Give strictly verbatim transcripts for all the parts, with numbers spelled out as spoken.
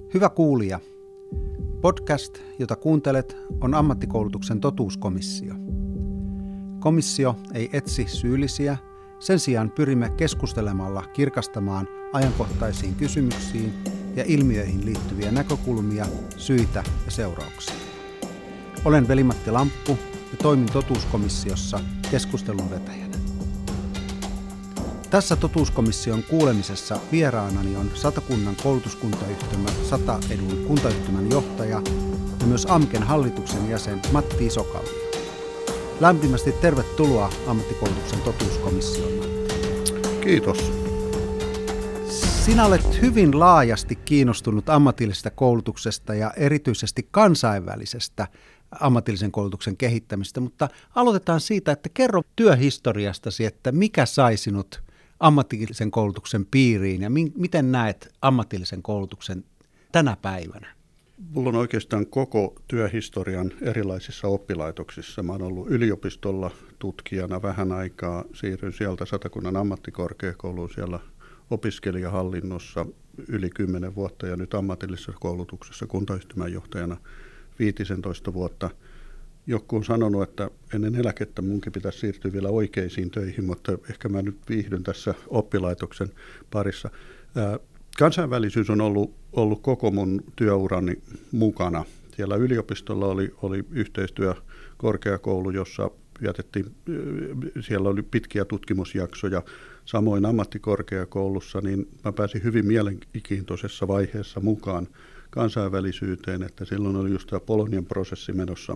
Hyvä kuulija. Podcast, jota kuuntelet, on Ammattikoulutuksen totuuskomissio. Komissio ei etsi syyllisiä, sen sijaan pyrimme keskustelemalla kirkastamaan ajankohtaisiin kysymyksiin ja ilmiöihin liittyviä näkökulmia, syitä ja seurauksia. Olen Veli-Matti Lamppu ja toimin totuuskomissiossa keskustelun vetäjänä. Tässä totuuskomission kuulemisessa vieraanani on Satakunnan koulutuskuntayhtymä Sata Edun kuntayhtymän johtaja ja myös A M K E N hallituksen jäsen Matti Isokallio. Lämpimästi tervetuloa Ammattikoulutuksen totuuskomissioon, Matti. Kiitos. Sinä olet hyvin laajasti kiinnostunut ammatillisesta koulutuksesta ja erityisesti kansainvälisestä ammatillisen koulutuksen kehittämistä, mutta aloitetaan siitä, että kerro työhistoriastasi, että mikä sai sinut ammatillisen koulutuksen piiriin ja mi- miten näet ammatillisen koulutuksen tänä päivänä? Mulla on oikeastaan koko työhistorian erilaisissa oppilaitoksissa. Mä oon ollut yliopistolla tutkijana vähän aikaa, siirryin sieltä Satakunnan ammattikorkeakouluun siellä opiskelijahallinnossa yli kymmenen vuotta ja nyt ammatillisessa koulutuksessa kuntayhtymän johtajana viisitoista vuotta. Joku on sanonut, että ennen eläkettä munkin pitäisi siirtyä vielä oikeisiin töihin, mutta ehkä mä nyt viihdyn tässä oppilaitoksen parissa. Ää, kansainvälisyys on ollut, ollut koko mun työurani mukana. Siellä yliopistolla oli, oli yhteistyökorkeakoulu, jossa vietettiin, siellä oli pitkiä tutkimusjaksoja. Samoin ammattikorkeakoulussa, niin mä pääsin hyvin mielenkiintoisessa vaiheessa mukaan kansainvälisyyteen, että silloin oli just tämä Bolognan prosessi menossa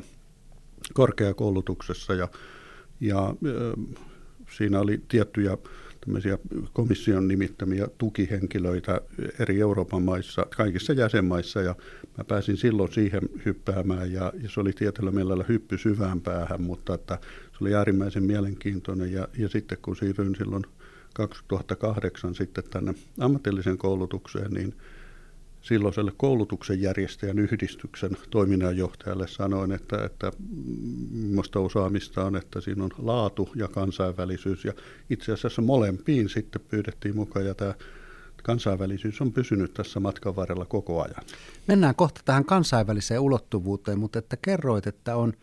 korkeakoulutuksessa ja, ja äh, siinä oli tiettyjä tämmöisiä komission nimittämiä tukihenkilöitä eri Euroopan maissa, kaikissa jäsenmaissa ja mä pääsin silloin siihen hyppäämään ja, ja se oli tietyllä mielellä hyppy syvään päähän, mutta että se oli äärimmäisen mielenkiintoinen ja, ja sitten kun siirryin silloin kaksituhattakahdeksan sitten tänne ammatilliseen koulutukseen, niin silloiselle koulutuksen järjestäjän yhdistyksen toiminnanjohtajalle sanoin, että, että minusta osaamista on, että siinä on laatu ja kansainvälisyys. Ja itse asiassa molempiin sitten pyydettiin mukaan ja tämä kansainvälisyys on pysynyt tässä matkan varrella koko ajan. Mennään kohta tähän kansainväliseen ulottuvuuteen, mutta että kerroit, että on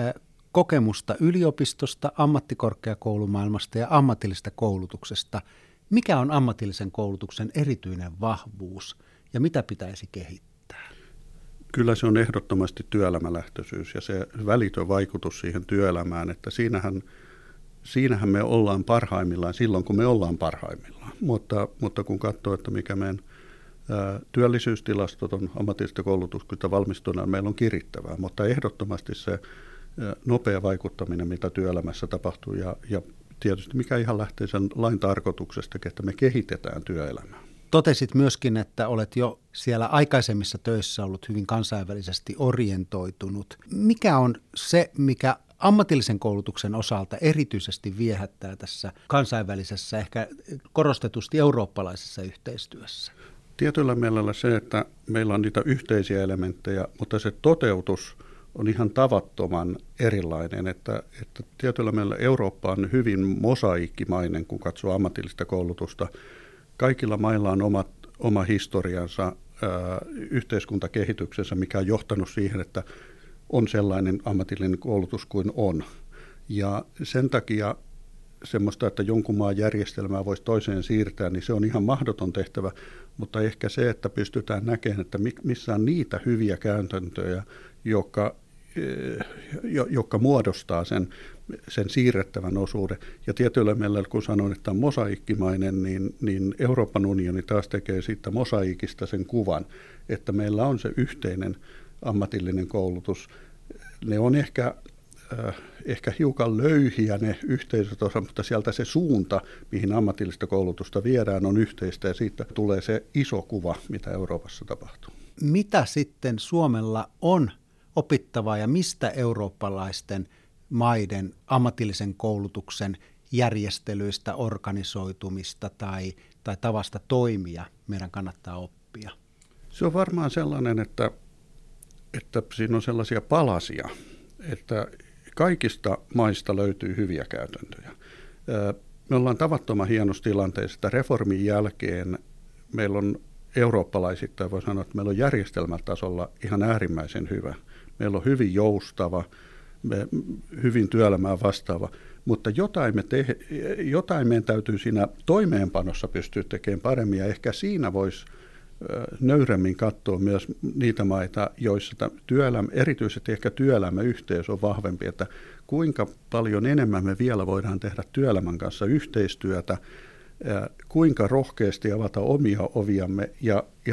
kokemusta yliopistosta, ammattikorkeakoulumaailmasta ja ammatillisesta koulutuksesta. Mikä on ammatillisen koulutuksen erityinen vahvuus? Ja mitä pitäisi kehittää? Kyllä se on ehdottomasti työelämälähtöisyys ja se välitön vaikutus siihen työelämään, että siinähän, siinähän me ollaan parhaimmillaan silloin, kun me ollaan parhaimmillaan. Mutta, mutta kun katsoo, että mikä meidän ää, työllisyystilastot on ammatillista koulutuksesta valmistuna, meillä on kirittävää, mutta ehdottomasti se ää, nopea vaikuttaminen, mitä työelämässä tapahtuu ja, ja tietysti mikä ihan lähtee sen lain tarkoituksesta, että me kehitetään työelämää. Totesit myöskin, että olet jo siellä aikaisemmissa töissä ollut hyvin kansainvälisesti orientoitunut. Mikä on se, mikä ammatillisen koulutuksen osalta erityisesti viehättää tässä kansainvälisessä, ehkä korostetusti eurooppalaisessa yhteistyössä? Tietyllä mielellä se, että meillä on niitä yhteisiä elementtejä, mutta se toteutus on ihan tavattoman erilainen, että, että tietyllä mielellä Eurooppa on hyvin mosaikkimainen, kun katsoo ammatillista koulutusta. Kaikilla mailla on omat, oma historiansa, ää, yhteiskuntakehityksensä, mikä on johtanut siihen, että on sellainen ammatillinen koulutus kuin on. Ja sen takia semmoista, että jonkun maan järjestelmää voisi toiseen siirtää, niin se on ihan mahdoton tehtävä, mutta ehkä se, että pystytään näkemään, että missä on niitä hyviä käytäntöjä, jotka, jotka muodostaa sen, sen siirrettävän osuuden. Ja tietyllä mielellä, kun sanon, että on mosaikkimainen, niin, niin Euroopan unioni taas tekee siitä mosaikista sen kuvan, että meillä on se yhteinen ammatillinen koulutus. Ne on ehkä, äh, ehkä hiukan löyhiä ne yhteisöt, mutta sieltä se suunta, mihin ammatillista koulutusta viedään, on yhteistä ja siitä tulee se iso kuva, mitä Euroopassa tapahtuu. Mitä sitten Suomella on opittavaa ja mistä eurooppalaisten maiden ammatillisen koulutuksen järjestelyistä, organisoitumista tai, tai tavasta toimia meidän kannattaa oppia? Se on varmaan sellainen, että, että siinä on sellaisia palasia, että kaikista maista löytyy hyviä käytäntöjä. Me ollaan tavattoman hienossa tilanteessa, että reformin jälkeen meillä on eurooppalaisittain voi sanoa, että meillä on järjestelmätasolla ihan äärimmäisen hyvä. Meillä on hyvin joustava, me, hyvin työelämään vastaava, mutta jotain, me te, jotain meidän täytyy siinä toimeenpanossa pystyä tekemään paremmin, ja ehkä siinä voisi nöyremmin katsoa myös niitä maita, joissa työelämä, erityisesti ehkä työelämäyhteys on vahvempi, että kuinka paljon enemmän me vielä voidaan tehdä työelämän kanssa yhteistyötä, kuinka rohkeasti avata omia oviamme ja, ja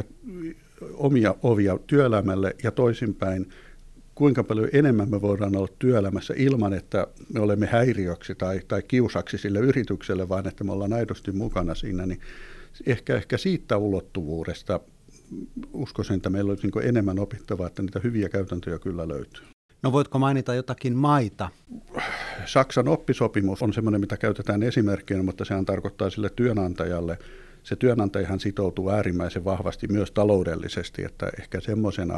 omia ovia työelämälle ja toisinpäin, kuinka paljon enemmän me voidaan olla työelämässä ilman, että me olemme häiriöksi tai, tai kiusaksi sille yritykselle, vaan että me ollaan aidosti mukana siinä, niin ehkä, ehkä siitä ulottuvuudesta uskoisin, että meillä olisi niin enemmän opittavaa, että niitä hyviä käytäntöjä kyllä löytyy. No voitko mainita jotakin maita? Saksan oppisopimus on semmoinen, mitä käytetään esimerkkinä, mutta sehän tarkoittaa sille työnantajalle. Se työnantajahan sitoutuu äärimmäisen vahvasti myös taloudellisesti, että ehkä semmoisena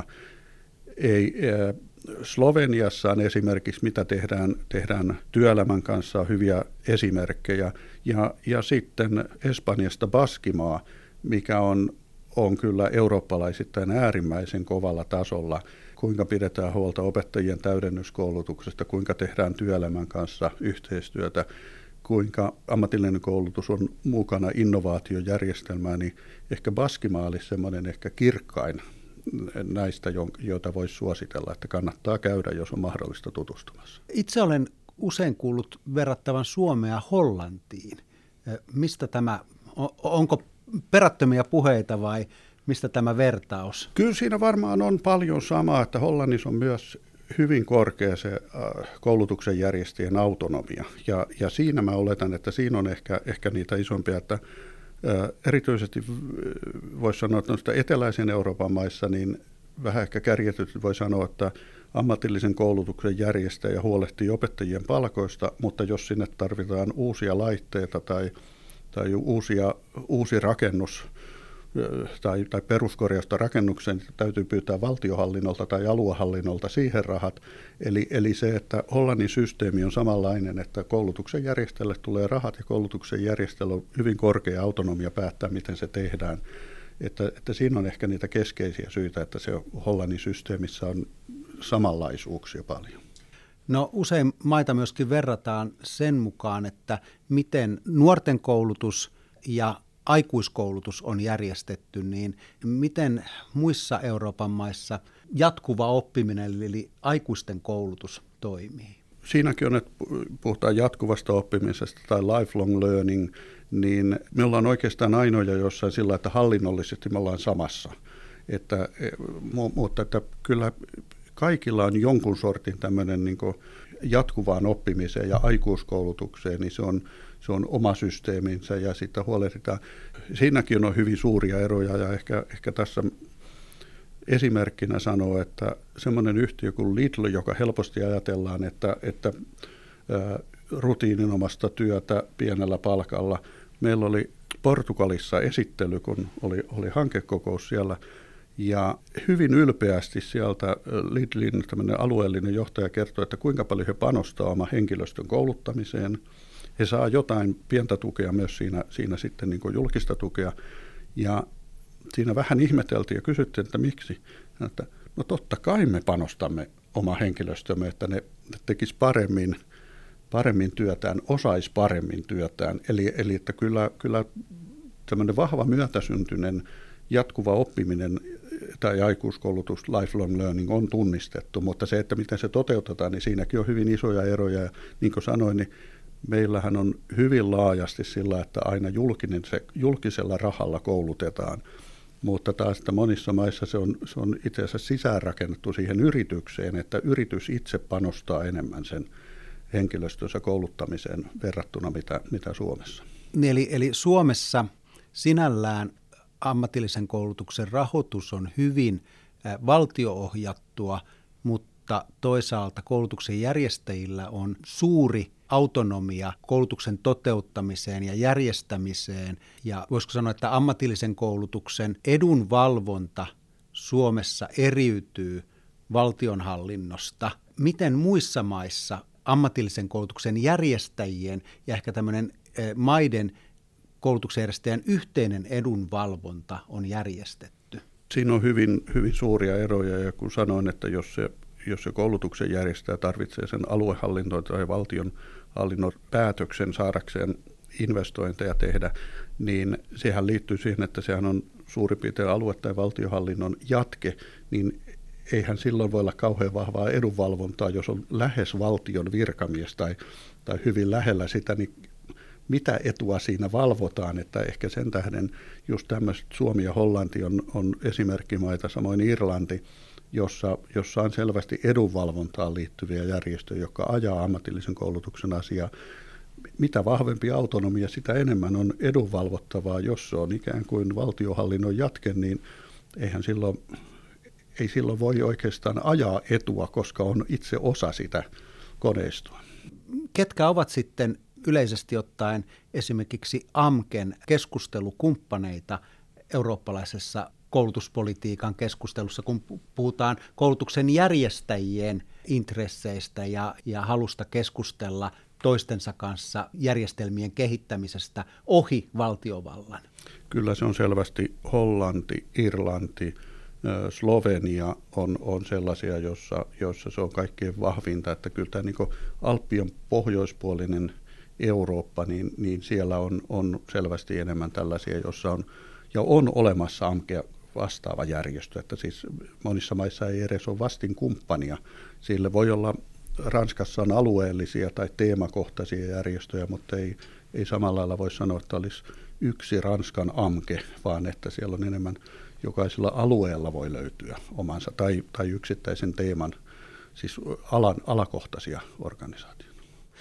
ei. Sloveniassa on esimerkiksi, mitä tehdään, tehdään työelämän kanssa, hyviä esimerkkejä. Ja, ja sitten Espanjasta Baskimaa, mikä on, on kyllä eurooppalaisittain äärimmäisen kovalla tasolla. Kuinka pidetään huolta opettajien täydennyskoulutuksesta, kuinka tehdään työelämän kanssa yhteistyötä, kuinka ammatillinen koulutus on mukana innovaatiojärjestelmää, niin ehkä Baskimaa olisi semmoinen ehkä kirkkain näistä, joita voisi suositella, että kannattaa käydä, jos on mahdollista tutustumassa. Itse olen usein kuullut verrattavan Suomea Hollantiin. Mistä tämä, onko perättömiä puheita vai mistä tämä vertaus? Kyllä siinä varmaan on paljon samaa, että Hollannissa on myös hyvin korkea se koulutuksen järjestäjien autonomia. Ja, ja siinä mä oletan, että siinä on ehkä, ehkä niitä isompia, että erityisesti voisi sanoa, että noista eteläisen Euroopan maissa, niin vähän ehkä kärjetysti voi sanoa, että ammatillisen koulutuksen järjestäjä huolehtii opettajien palkoista, mutta jos sinne tarvitaan uusia laitteita tai, tai uusia, uusi rakennus tai, tai peruskorjausta rakennukseen, niin täytyy pyytää valtiohallinnolta tai aluehallinnolta siihen rahat. Eli, eli se, että Hollannin systeemi on samanlainen, että koulutuksen järjestäjälle tulee rahat ja koulutuksen järjestäjällä on hyvin korkea autonomia päättää, miten se tehdään. Että, että siinä on ehkä niitä keskeisiä syitä, että se Hollannin systeemissä on samanlaisuuksia paljon. No usein maita myöskin verrataan sen mukaan, että miten nuorten koulutus ja aikuiskoulutus on järjestetty, niin miten muissa Euroopan maissa jatkuva oppiminen eli aikuisten koulutus toimii? Siinäkin on, että puhutaan jatkuvasta oppimisesta tai lifelong learning, niin me ollaan oikeastaan ainoja jossain sillä, että hallinnollisesti me ollaan samassa. Että, mutta että kyllä kaikilla on jonkun sortin tämmöinen niin kuin jatkuvaan oppimiseen ja aikuiskoulutukseen, niin se on, se on oma systeeminsä ja sitten huolehditaan. Siinäkin on hyvin suuria eroja ja ehkä, ehkä tässä esimerkkinä sanoo, että semmoinen yhtiö kuin Lidl, joka helposti ajatellaan, että, että ää, rutiininomasta työtä pienellä palkalla. Meillä oli Portugalissa esittely, kun oli, oli hankekokous siellä. Ja hyvin ylpeästi sieltä Lidlin tämmöinen alueellinen johtaja kertoi, että kuinka paljon he panostaa oma henkilöstön kouluttamiseen. He saa jotain pientä tukea myös siinä, siinä sitten niin kuin julkista tukea. Ja siinä vähän ihmeteltiin ja kysyttiin, että miksi. Että, no totta kai me panostamme oma henkilöstömme, että ne, ne tekisi paremmin, paremmin työtään, osaisi paremmin työtään. Eli, eli että kyllä, kyllä tämmöinen vahva myötäsyntyinen jatkuva oppiminen tai aikuiskoulutus, lifelong learning on tunnistettu, mutta se, että miten se toteutetaan, niin siinäkin on hyvin isoja eroja. Ja niin kuin sanoin, niin meillähän on hyvin laajasti sillä, että aina julkinen, se, julkisella rahalla koulutetaan, mutta taas että monissa maissa se on, se on itse asiassa sisäänrakennettu siihen yritykseen, että yritys itse panostaa enemmän sen henkilöstönsä kouluttamiseen verrattuna mitä, mitä Suomessa. Eli, eli Suomessa sinällään ammatillisen koulutuksen rahoitus on hyvin valtioohjattua, mutta toisaalta koulutuksen järjestäjillä on suuri autonomia koulutuksen toteuttamiseen ja järjestämiseen. Ja voisiko sanoa, että ammatillisen koulutuksen edunvalvonta Suomessa eriytyy valtionhallinnosta. Miten muissa maissa ammatillisen koulutuksen järjestäjien ja ehkä tämmöinen maiden koulutuksen järjestäjän yhteinen edunvalvonta on järjestetty? Siinä on hyvin, hyvin suuria eroja, ja kun sanoin, että jos se, jos se koulutuksen järjestäjä tarvitsee sen aluehallinnon tai valtion hallinnon päätöksen saadakseen investointeja tehdä, niin sehän liittyy siihen, että sehän on suurin piirtein alue- tai valtionhallinnon jatke, niin eihän silloin voi olla kauhean vahvaa edunvalvontaa, jos on lähes valtion virkamies tai, tai hyvin lähellä sitä, niin mitä etua siinä valvotaan, että ehkä sen tähden just tämmöiset Suomi ja Hollanti on, on esimerkkimaita, samoin Irlanti, jossa, jossa on selvästi edunvalvontaan liittyviä järjestöjä, jotka ajaa ammatillisen koulutuksen asiaa. Mitä vahvempi autonomia, sitä enemmän on edunvalvottavaa. Jos se on ikään kuin valtiohallinnon jatke, niin eihän silloin, ei silloin voi oikeastaan ajaa etua, koska on itse osa sitä koneistoa. Ketkä ovat sitten yleisesti ottaen esimerkiksi A M Ken keskustelukumppaneita eurooppalaisessa koulutuspolitiikan keskustelussa, kun puhutaan koulutuksen järjestäjien intresseistä ja, ja halusta keskustella toistensa kanssa järjestelmien kehittämisestä ohi valtiovallan? Kyllä se on selvästi Hollanti, Irlanti, Slovenia on, on sellaisia, joissa, joissa se on kaikkein vahvinta, että kyllä tämä niin kuin Alppien pohjoispuolinen Eurooppa, niin, niin siellä on, on selvästi enemmän tällaisia, joissa on, ja on olemassa A M K vastaava järjestö, että siis monissa maissa ei edes ole vastinkumppania. Sille voi olla, Ranskassa on alueellisia tai teemakohtaisia järjestöjä, mutta ei, ei samalla lailla voi sanoa, että olisi yksi Ranskan A M K, vaan että siellä on enemmän, jokaisella alueella voi löytyä omansa, tai, tai yksittäisen teeman, siis alan, alakohtaisia organisaatioita.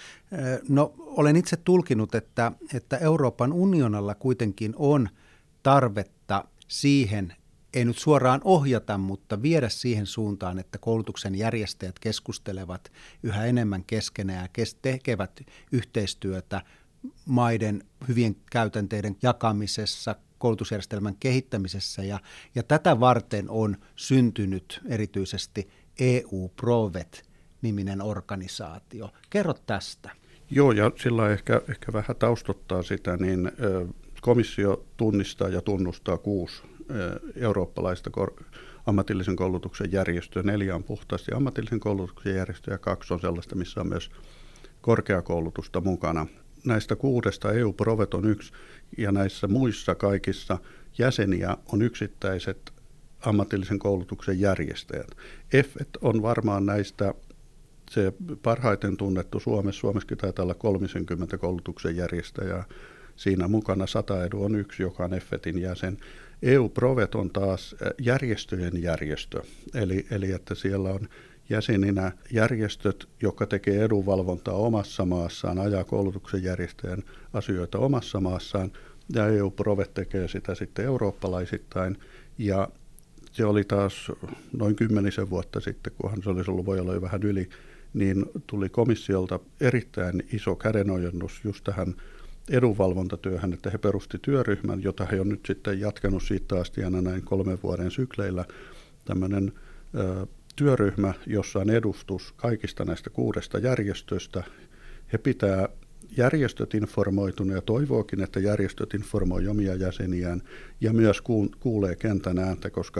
No, olen itse tulkinut, että, että Euroopan unionilla kuitenkin on tarvetta siihen, ei nyt suoraan ohjata, mutta viedä siihen suuntaan, että koulutuksen järjestäjät keskustelevat yhä enemmän keskenään ja tekevät yhteistyötä maiden hyvien käytänteiden jakamisessa, koulutusjärjestelmän kehittämisessä, ja, ja tätä varten on syntynyt erityisesti E U-Provet-niminen organisaatio. Kerro tästä. Joo, ja sillä ehkä, ehkä vähän taustottaa sitä, niin ö, komissio tunnistaa ja tunnustaa kuusi ö, eurooppalaista kor- ammatillisen koulutuksen järjestöä. Neljä on puhtaasti ammatillisen koulutuksen järjestöä ja kaksi on sellaista, missä on myös korkeakoulutusta mukana. Näistä kuudesta E U-Provet on yksi, ja näissä muissa kaikissa jäseniä on yksittäiset ammatillisen koulutuksen järjestäjät. F on varmaan näistä se parhaiten tunnettu Suomessa. Suomessakin taitaa olla kolmekymmentä koulutuksen järjestäjää. Siinä mukana SataEdu on yksi, joka on F-in jäsen. E U-Provet on taas järjestöjen järjestö, eli, eli että siellä on jäseninä järjestöt, jotka tekee edunvalvontaa omassa maassaan, ajaa koulutuksen järjestäjän asioita omassa maassaan, ja E U-Provet tekee sitä sitten eurooppalaisittain, ja se oli taas noin kymmenisen vuotta sitten, kunhan se olisi ollut, voi olla jo vähän yli, niin tuli komissiolta erittäin iso kädenojennus just tähän edunvalvontatyöhön, että he perusti työryhmän, jota he on nyt sitten jatkanut siitä asti aina näin kolmen vuoden sykleillä, tämmöinen ö, työryhmä, jossa on edustus kaikista näistä kuudesta järjestöstä. He pitää järjestöt informoituna ja toivookin, että järjestöt informoi omia jäseniään ja myös kuulee kentän ääntä, koska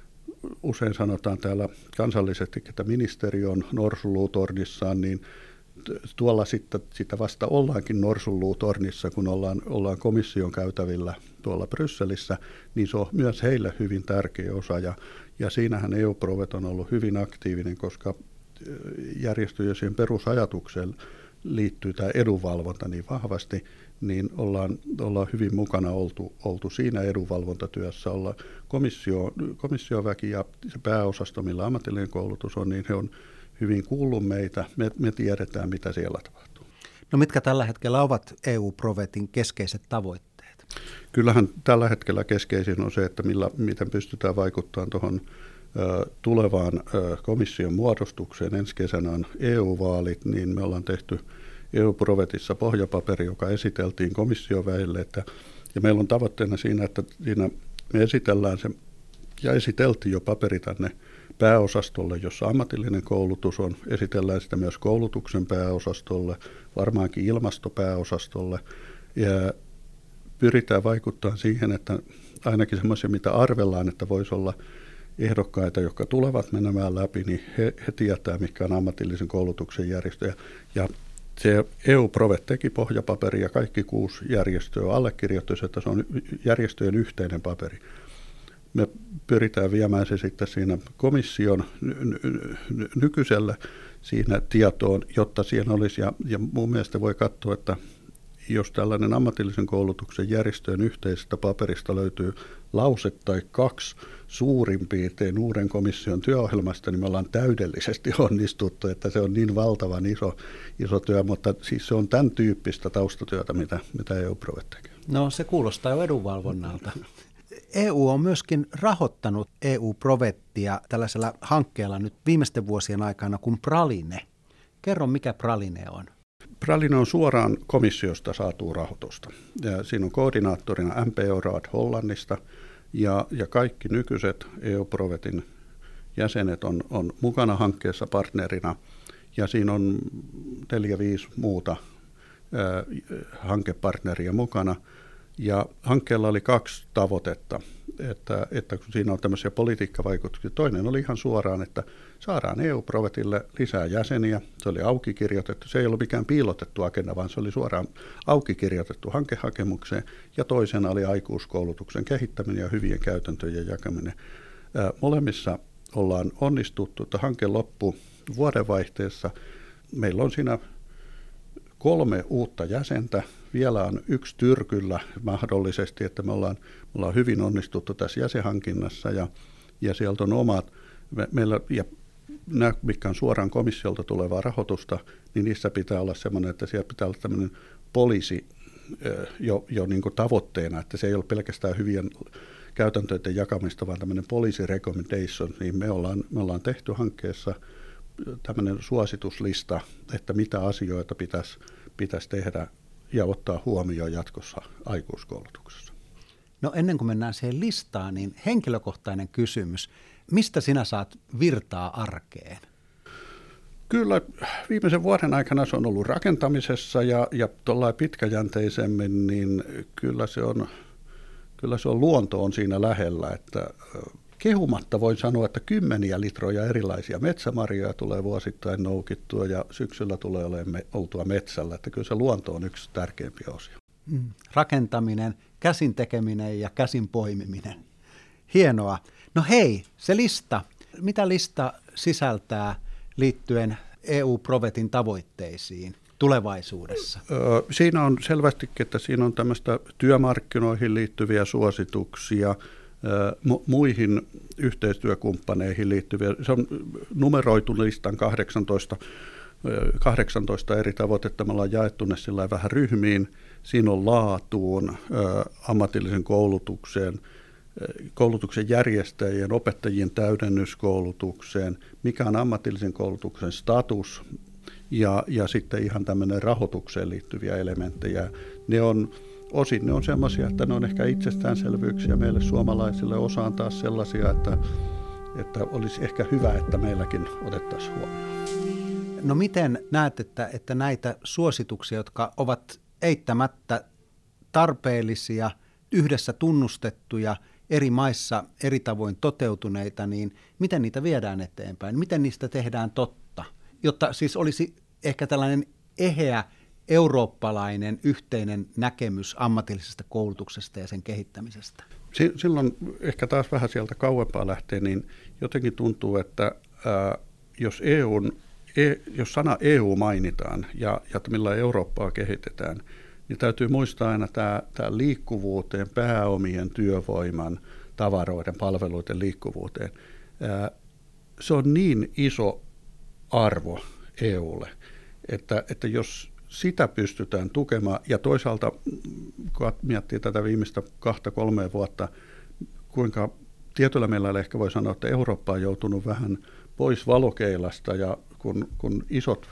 usein sanotaan täällä kansallisesti, että ministeri on norsunluutornissaan, niin tuolla sitten, sitä vasta ollaankin norsunluutornissa, kun ollaan, ollaan komission käytävillä tuolla Brysselissä, niin se on myös heille hyvin tärkeä osa. Ja, ja siinähän E U-Provet on ollut hyvin aktiivinen, koska järjestöjen siihen perusajatukseen liittyy tämä edunvalvonta niin vahvasti, niin ollaan, ollaan hyvin mukana oltu, oltu siinä edunvalvontatyössä. Olla komissio, komissioväki ja se pääosasto, millä ammatillinen koulutus on, niin he on hyvin kuullut meitä. Me, me tiedetään, mitä siellä tapahtuu. No mitkä tällä hetkellä ovat E U-Provetin keskeiset tavoitteet? Kyllähän tällä hetkellä keskeisin on se, että millä, miten pystytään vaikuttamaan tuohon ö, tulevaan ö, komission muodostukseen. Ensi kesänä on E U-vaalit, niin me ollaan tehty E U-Provetissa pohjapaperi, joka esiteltiin komissioväelle. Että, ja meillä on tavoitteena siinä, että siinä me esitellään se, ja esiteltiin jo paperi tänne pääosastolle, jossa ammatillinen koulutus on. Esitellään sitä myös koulutuksen pääosastolle, varmaankin ilmastopääosastolle. Ja pyritään vaikuttamaan siihen, että ainakin semmoisia, mitä arvellaan, että voisi olla ehdokkaita, jotka tulevat menemään läpi, niin he, he tietää, mikä on ammatillisen koulutuksen järjestöjä. Ja se E U-Prove teki pohjapaperi ja kaikki kuusi järjestöä allekirjoittaisi, että se on järjestöjen yhteinen paperi. Me pyritään viemään se sitten siinä komission nykyisellä siinä tietoon, jotta siinä olisi, ja, ja mun mielestä voi katsoa, että jos tällainen ammatillisen koulutuksen järjestöjen yhteisestä paperista löytyy lause tai kaksi suurin piirtein uuden komission työohjelmasta, niin me ollaan täydellisesti onnistuttu, että se on niin valtavan iso, iso työ, mutta siis se on tämän tyyppistä taustatyötä, mitä, mitä E U-Prove tekee. No se kuulostaa jo edunvalvonnalta. E U on myöskin rahoittanut E U-Provettia tällaisella hankkeella nyt viimeisten vuosien aikana kuin Praline. Kerro, mikä Praline on? Praline on suoraan komissiosta saatua rahoitusta. Ja siinä on koordinaattorina M P O Raad Hollannista ja, ja kaikki nykyiset E U-Provetin jäsenet on, on mukana hankkeessa partnerina ja siinä on neljä, viisi muuta ää, hankepartneria mukana. Ja hankkeella oli kaksi tavoitetta, että, että kun siinä on tämmöisiä politiikkavaikutuksia. Toinen oli ihan suoraan, että saadaan E U-Provetille lisää jäseniä. Se oli auki kirjoitettu. Se ei ollut mikään piilotettu agenda, vaan se oli suoraan auki kirjoitettu hankehakemukseen. Ja toisena oli aikuiskoulutuksen kehittäminen ja hyvien käytäntöjen jakaminen. Ää, molemmissa ollaan onnistuttu, että hanke loppui vuodenvaihteessa. Meillä on siinä kolme uutta jäsentä. Vielä on yksi tyrkyllä mahdollisesti, että me ollaan, me ollaan hyvin onnistuttu tässä jäsenhankinnassa ja, ja sieltä on omat, me, meillä, ja nämä, mitkä on suoraan komissiolta tulevaa rahoitusta, niin niissä pitää olla semmoinen, että siellä pitää olla tämmöinen poliisi jo, jo niin kuin tavoitteena, että se ei ole pelkästään hyvien käytäntöiden jakamista, vaan tämmöinen policy recommendation, niin me ollaan, me ollaan tehty hankkeessa tämmöinen suosituslista, että mitä asioita pitäisi, pitäisi tehdä ja ottaa huomioon jatkossa aikuiskoulutuksessa. No ennen kuin mennään siihen listaan, niin henkilökohtainen kysymys. Mistä sinä saat virtaa arkeen? Kyllä viimeisen vuoden aikana se on ollut rakentamisessa ja, ja tuollain pitkäjänteisemmin, niin kyllä se on, kyllä se on luonto on siinä lähellä, että kehumatta voin sanoa, että kymmeniä litroja erilaisia metsämarjoja tulee vuosittain noukittua ja syksyllä tulee olemaan oltua metsällä, että kyllä se luonto on yksi tärkeimpiä osia. Mm. Rakentaminen, käsin tekeminen ja käsin poimiminen. Hienoa. No hei, se lista. Mitä lista sisältää liittyen E U-Provetin tavoitteisiin tulevaisuudessa? Öö, siinä on selvästikin, että siinä on tämmöistä työmarkkinoihin liittyviä suosituksia, muihin yhteistyökumppaneihin liittyviä. Se on numeroitu listan kahdeksantoista, kahdeksantoista eri tavoitetta. Me ollaan jaettu ne sillä vähän ryhmiin. Siinä on laatuun, ammatillisen koulutukseen, koulutuksen järjestäjien, opettajien täydennyskoulutukseen, mikä on ammatillisen koulutuksen status ja, ja sitten ihan tämmöinen rahoitukseen liittyviä elementtejä. Ne on Osin ne on sellaisia, että ne on ehkä itsestäänselvyyksiä meille suomalaisille, osaan taas sellaisia, että, että olisi ehkä hyvä, että meilläkin otettaisiin huomioon. No miten näet, että, että näitä suosituksia, jotka ovat eittämättä tarpeellisia, yhdessä tunnustettuja, eri maissa eri tavoin toteutuneita, niin miten niitä viedään eteenpäin? Miten niistä tehdään totta? Jotta siis olisi ehkä tällainen eheä eurooppalainen yhteinen näkemys ammatillisesta koulutuksesta ja sen kehittämisestä? Silloin ehkä taas vähän sieltä kauempaa lähtee, niin jotenkin tuntuu, että ää, jos, E U:n, e, jos sana E U mainitaan ja, ja millä Eurooppaa kehitetään, niin täytyy muistaa aina tämä, tämä liikkuvuuteen, pääomien, työvoiman, tavaroiden, palveluiden liikkuvuuteen. Ää, se on niin iso arvo E U:lle, että, että jos sitä pystytään tukemaan, ja toisaalta, kun miettii tätä viimeistä kahta, kolmea vuotta, kuinka tietyllä meillä ehkä voi sanoa, että Eurooppa on joutunut vähän pois valokeilasta, ja kun, kun isot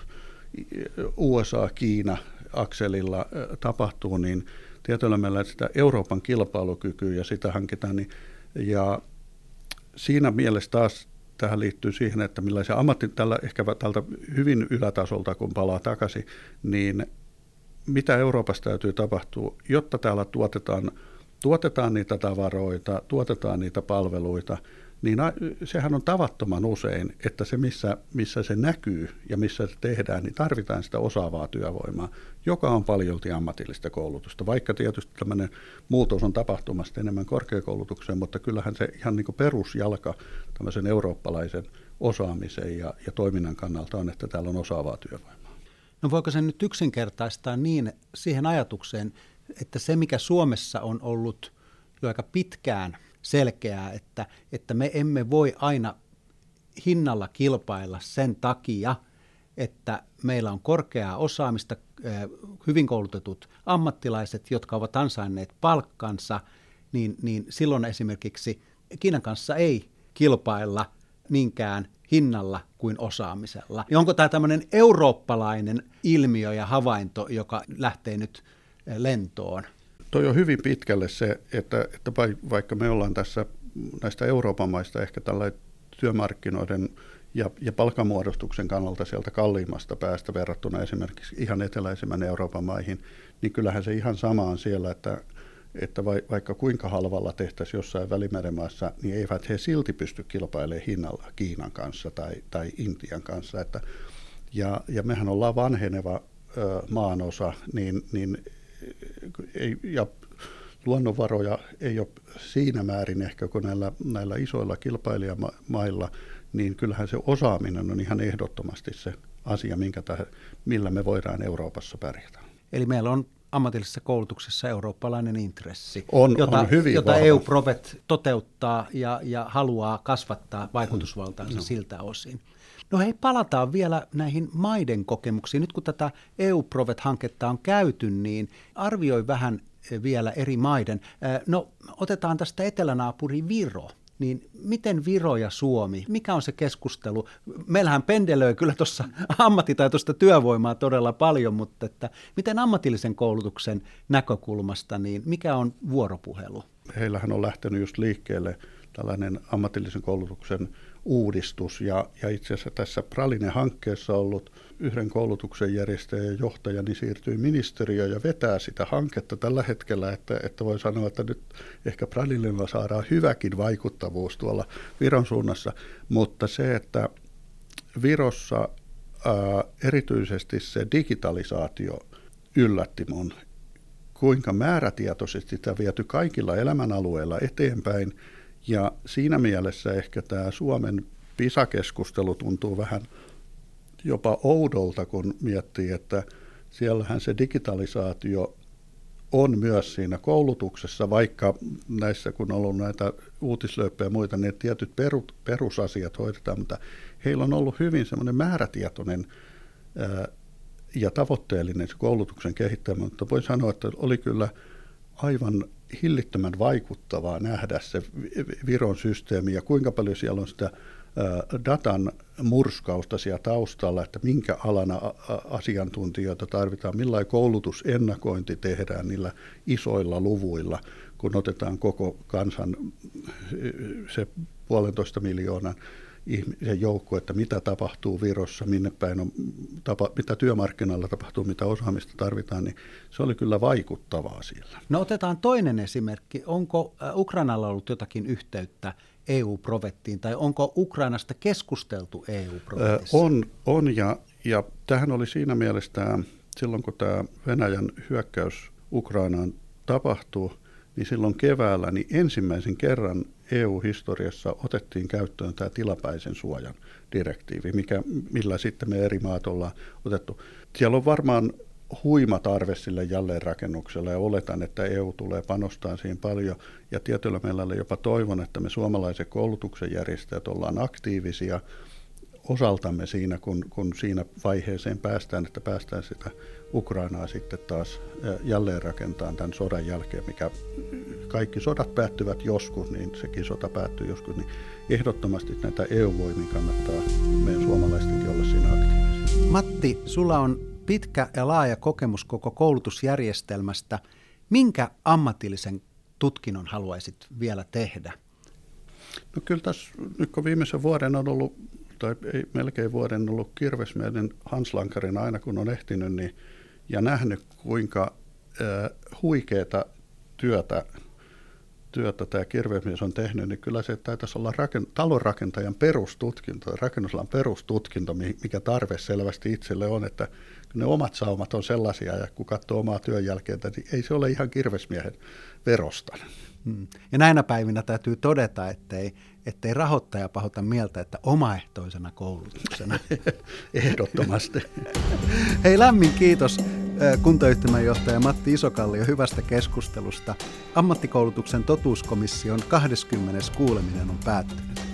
U S A-Kiina-akselilla tapahtuu, niin tietyllä meillä sitä Euroopan kilpailukykyä ja sitä hankitaan, niin, ja siinä mielessä taas tähän liittyy siihen, että millaisia ammatti, tällä, ehkä tältä hyvin ylätasolta, kun palaa takaisin, niin mitä Euroopassa täytyy tapahtua, jotta täällä tuotetaan, tuotetaan niitä tavaroita, tuotetaan niitä palveluita, niin sehän on tavattoman usein, että se missä, missä se näkyy ja missä se tehdään, niin tarvitaan sitä osaavaa työvoimaa, joka on paljolti ammatillista koulutusta, vaikka tietysti tämmöinen muutos on tapahtumasta enemmän korkeakoulutukseen, mutta kyllähän se ihan niin kuin perusjalka tämmöisen eurooppalaisen osaamisen ja, ja toiminnan kannalta on, että täällä on osaavaa työvoimaa. No voiko se nyt yksinkertaistaa niin siihen ajatukseen, että se mikä Suomessa on ollut jo aika pitkään selkeää, että, että me emme voi aina hinnalla kilpailla sen takia, että meillä on korkeaa osaamista, hyvin koulutetut ammattilaiset, jotka ovat ansainneet palkkansa, niin, niin silloin esimerkiksi Kiinan kanssa ei kilpailla niinkään hinnalla kuin osaamisella. Ja onko tämä tämmöinen eurooppalainen ilmiö ja havainto, joka lähtee nyt lentoon? Toi on hyvin pitkälle se, että, että vaikka me ollaan tässä näistä Euroopan maista ehkä tällainen työmarkkinoiden ja, ja palkanmuodostuksen kannalta sieltä kalliimmasta päästä verrattuna esimerkiksi ihan eteläisimmän Euroopan maihin, niin kyllähän se ihan sama on siellä, että, että vaikka kuinka halvalla tehtäisiin jossain Välimeren maassa, niin eivät he silti pysty kilpailemaan hinnalla Kiinan kanssa tai, tai Intian kanssa. Että, ja, ja mehän ollaan vanheneva ö, maanosa, niin, niin ei, ja luonnonvaroja ei ole siinä määrin ehkä kuin näillä, näillä isoilla kilpailijamailla, niin kyllähän se osaaminen on ihan ehdottomasti se asia, minkä tähän, millä me voidaan Euroopassa pärjätä. Eli meillä on ammatillisessa koulutuksessa eurooppalainen intressi, on, jota, on hyvin jota vahva. E U-Provet toteuttaa ja, ja haluaa kasvattaa vaikutusvaltaansa no. siltä osin. No hei, palataan vielä näihin maiden kokemuksiin. Nyt kun tätä E U-Provet-hanketta on käyty, niin arvioi vähän vielä eri maiden. No otetaan tästä etelänaapuri Viro. Niin miten Viro ja Suomi, mikä on se keskustelu? Meillähän pendelöi kyllä tuossa ammattitaitoista työvoimaa todella paljon, mutta että miten ammatillisen koulutuksen näkökulmasta, niin mikä on vuoropuhelu? Heillähän on lähtenyt just liikkeelle tällainen ammatillisen koulutuksen uudistus, ja, ja itse asiassa tässä Praline-hankkeessa ollut yhden koulutuksen järjestäjä ja johtaja niin siirtyi ministeriöön ja vetää sitä hanketta tällä hetkellä, että, että voi sanoa, että nyt ehkä Pralinella saadaan hyväkin vaikuttavuus tuolla Viron suunnassa, mutta se, että Virossa ää, erityisesti se digitalisaatio yllätti mun, kuinka määrätietoisesti sitä viety kaikilla elämänalueilla eteenpäin. Ja siinä mielessä ehkä tämä Suomen PISA-keskustelu tuntuu vähän jopa oudolta, kun miettii, että siellähän se digitalisaatio on myös siinä koulutuksessa, vaikka näissä kun on ollut näitä uutislööppejä ja muita, ne tietyt perusasiat hoidetaan, mutta heillä on ollut hyvin semmoinen määrätietoinen ää, ja tavoitteellinen se koulutuksen kehittäminen, mutta voi sanoa, että oli kyllä aivan hillittömän vaikuttavaa nähdä se Viron systeemi ja kuinka paljon siellä on sitä datan murskausta siellä taustalla, että minkä alana asiantuntijoita tarvitaan, millainen koulutusennakointi tehdään niillä isoilla luvuilla, kun otetaan koko kansan se puolentoista miljoonan ihmisen joukko, että mitä tapahtuu Virossa, minne päin on, tapa, mitä työmarkkinoilla tapahtuu, mitä osaamista tarvitaan, niin se oli kyllä vaikuttavaa siellä. No otetaan toinen esimerkki. Onko Ukrainalla ollut jotakin yhteyttä E U-Provettiin, tai onko Ukrainasta keskusteltu E U-Provetissa? On, on ja, ja tämähän oli siinä mielessä tämä, silloin kun tämä Venäjän hyökkäys Ukrainaan tapahtui, niin silloin keväällä niin ensimmäisen kerran E U-historiassa otettiin käyttöön tämä tilapäisen suojan direktiivi, mikä, millä sitten me eri maat ollaan otettu. Siellä on varmaan huima tarve sille jälleenrakennukselle ja oletan, että E U tulee panostaa siihen paljon. Ja tietyllä meillä jopa toivon, että me suomalaiset koulutuksen järjestäjät ollaan aktiivisia osaltamme siinä, kun, kun siinä vaiheeseen päästään, että päästään sitä Ukrainaa sitten taas jälleenrakentamaan tämän sodan jälkeen, mikä kaikki sodat päättyvät joskus, niin sekin sota päättyy joskus, niin ehdottomasti näitä E U-voimia kannattaa meidän suomalaistenkin olla siinä aktiivisia. Matti, sulla on pitkä ja laaja kokemus koko koulutusjärjestelmästä. Minkä ammatillisen tutkinnon haluaisit vielä tehdä? No kyllä tässä, nyt kun viimeisen vuoden on ollut, tai ei melkein vuoden ollut kirvesmielen Hans Lankarin aina kun on ehtinyt, niin ja nähnyt, kuinka äh, huikeata työtä, työtä tämä kirvesmies on tehnyt, niin kyllä se täytyisi olla raken, talonrakentajan perustutkinto, rakennusalan perustutkinto, mikä tarve selvästi itselle on, että ne omat saumat on sellaisia, ja kun katsoo omaa työn jälkeen, niin ei se ole ihan kirvesmiehen verosta. Hmm. Ja näinä päivinä täytyy todeta, ettei, ettei rahoittaja pahota mieltä, että omaehtoisena koulutuksena. Ehdottomasti. Hei, lämmin kiitos kuntayhtymän johtaja Matti Isokallio hyvästä keskustelusta. Ammattikoulutuksen totuuskomission kahdeskymmenes kuuleminen on päättynyt.